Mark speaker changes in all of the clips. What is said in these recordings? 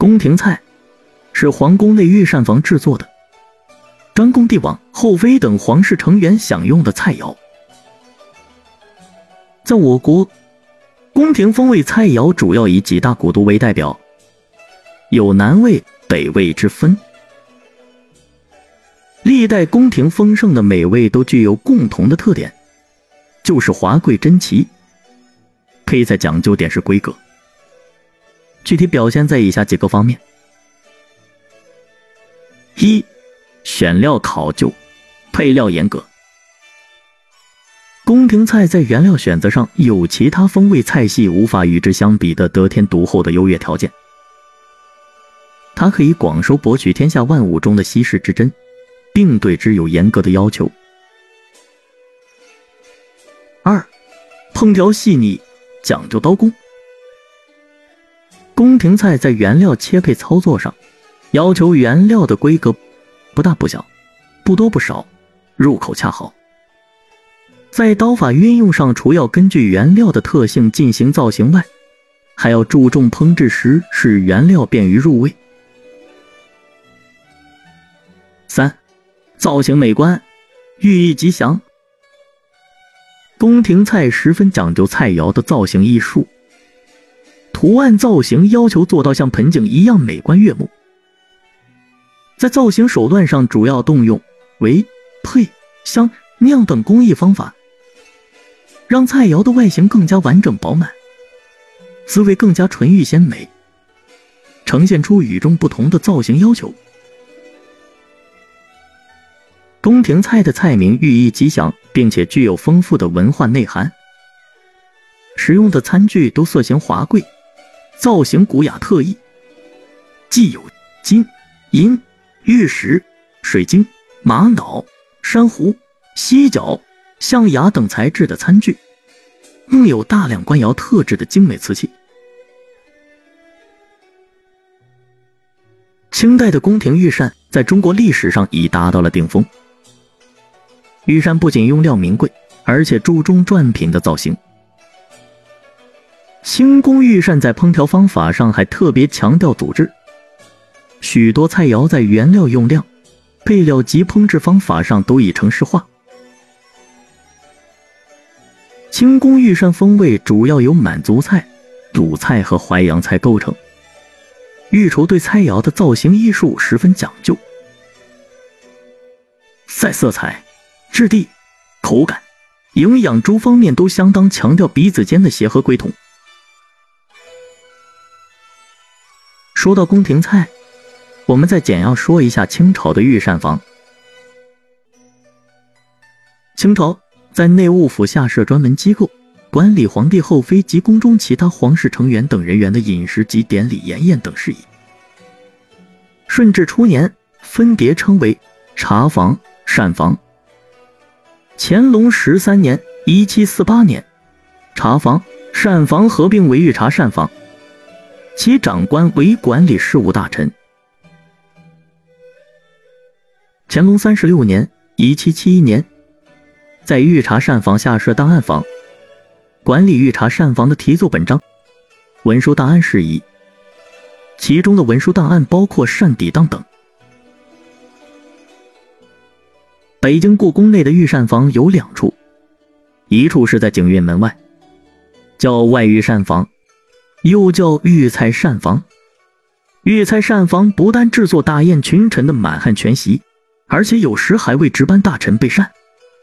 Speaker 1: 宫廷菜是皇宫内御膳房制作的，专供帝王、后妃等皇室成员享用的菜肴。在我国，宫廷风味菜肴主要以几大古都为代表，有南味、北味之分。历代宫廷丰盛的美味都具有共同的特点，就是华贵珍奇，配菜讲究点是规格，具体表现在以下几个方面：一、选料考究，配料严格。宫廷菜在原料选择上有其他风味菜系无法与之相比的得天独厚的优越条件，它可以广收博取天下万物中的稀世之珍，并对之有严格的要求。二、烹调细腻，讲究刀工。宫廷菜在原料切配操作上，要求原料的规格不大不小，不多不少，入口恰好。在刀法运用上，除要根据原料的特性进行造型外，还要注重烹制时使原料便于入味。三、造型美观，寓意吉祥。宫廷菜十分讲究菜肴的造型艺术，图案造型要求做到像盆景一样美观悦目。在造型手段上，主要动用围、配、香、酿等工艺方法，让菜肴的外形更加完整饱满，滋味更加纯欲鲜美，呈现出与众不同的造型要求。宫廷菜的菜名寓意吉祥，并且具有丰富的文化内涵。使用的餐具都色型华贵，造型古雅特异，既有金、银、玉石、水晶、玛瑙、珊瑚、犀角、象牙等材质的餐具，更有大量官窑特制的精美瓷器。清代的宫廷御膳在中国历史上已达到了顶峰。御膳不仅用料名贵，而且注重馔品的造型。清宫御膳在烹调方法上还特别强调组织，许多菜肴在原料用量、配料及烹制方法上都已程式化。清宫御膳风味主要由满族菜、鲁菜和淮扬菜构成，御厨对菜肴的造型艺术十分讲究，在色彩、质地、口感、营养诸方面都相当强调彼此间的协和归同。说到宫廷菜，我们再简要说一下清朝的御膳房。清朝在内务府下设专门机构，管理皇帝后妃及宫中其他皇室成员等人员的饮食及典礼筵宴等事宜。顺治初年分别称为茶房、膳房。乾隆13年1748年，茶房、膳房合并为御茶膳房，其长官为管理事务大臣。乾隆36年1771年，在御茶膳房下设档案房，管理御茶膳房的题奏本章、文书档案事宜，其中的文书档案包括膳底档等。北京故宫内的御膳房有2处，一处是在景运门外，叫外御膳房，又叫御菜膳房。御菜膳房不但制作大宴群臣的满汉全席，而且有时还为值班大臣备膳。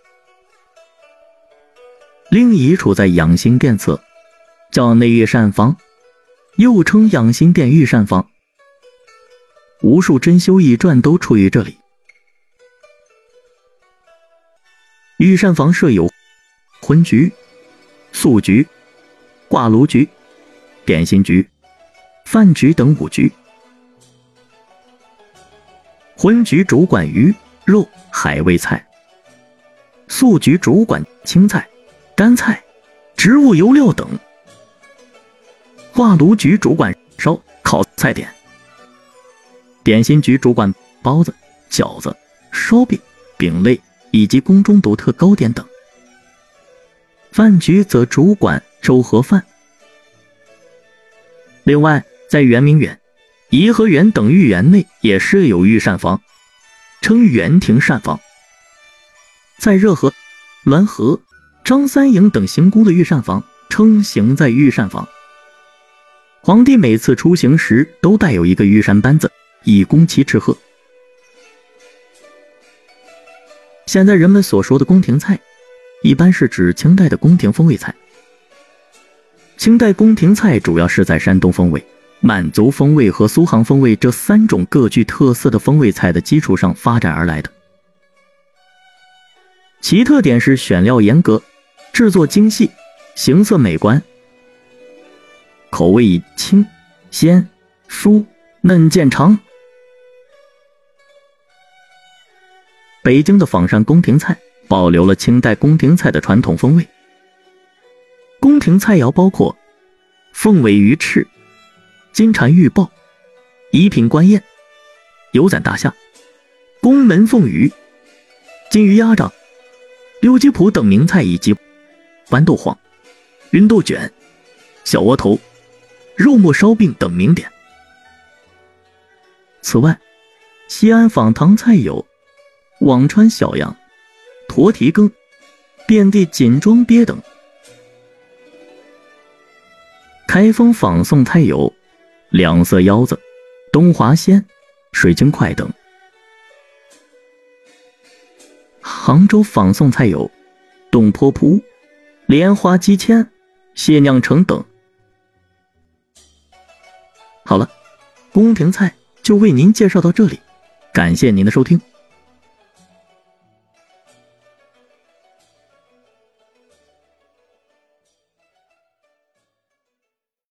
Speaker 1: 另一处在养心殿侧，叫内御膳房，又称养心殿御膳房。无数珍馐异传都出于这里。御膳房设有荤局、素局、挂炉局、点心局、饭局等5局。荤局主管鱼、肉、海味菜，素局主管青菜、干菜、植物油料等，挂炉局主管烧、烤菜点，点心局主管包子、饺子、烧饼、饼类以及宫中独特糕点等，饭局则主管粥和饭。另外，在圆明园、 颐和园等御园内也设有御膳房，称园亭膳房。在热河、滦河、张三营等行宫的御膳房称行在御膳房。皇帝每次出行时都带有一个御膳班子，以供其吃喝。现在人们所说的宫廷菜，一般是指清代的宫廷风味菜。清代宫廷菜主要是在山东风味、满族风味和苏杭风味这3种各具特色的风味菜的基础上发展而来的。其特点是选料严格，制作精细，形色美观，口味以清、鲜、酥、嫩见长。北京的仿膳宫廷菜保留了清代宫廷菜的传统风味。宫廷菜肴包括凤尾鱼翅、金蝉玉鲍、一品官燕、油攒大虾、宫门凤鱼、金鱼鸭掌、溜鸡脯等名菜，以及豌豆黄、芸豆卷、小窝头、肉末烧饼等名点。此外，西安仿唐菜有辋川小羊、驼蹄羹、遍地锦装鳖等。开封仿宋菜有两色腰子、东华鲜、水晶块等。杭州仿宋菜有东坡铺、莲花鸡签、蟹酿橙等。好了，宫廷菜就为您介绍到这里，感谢您的收听。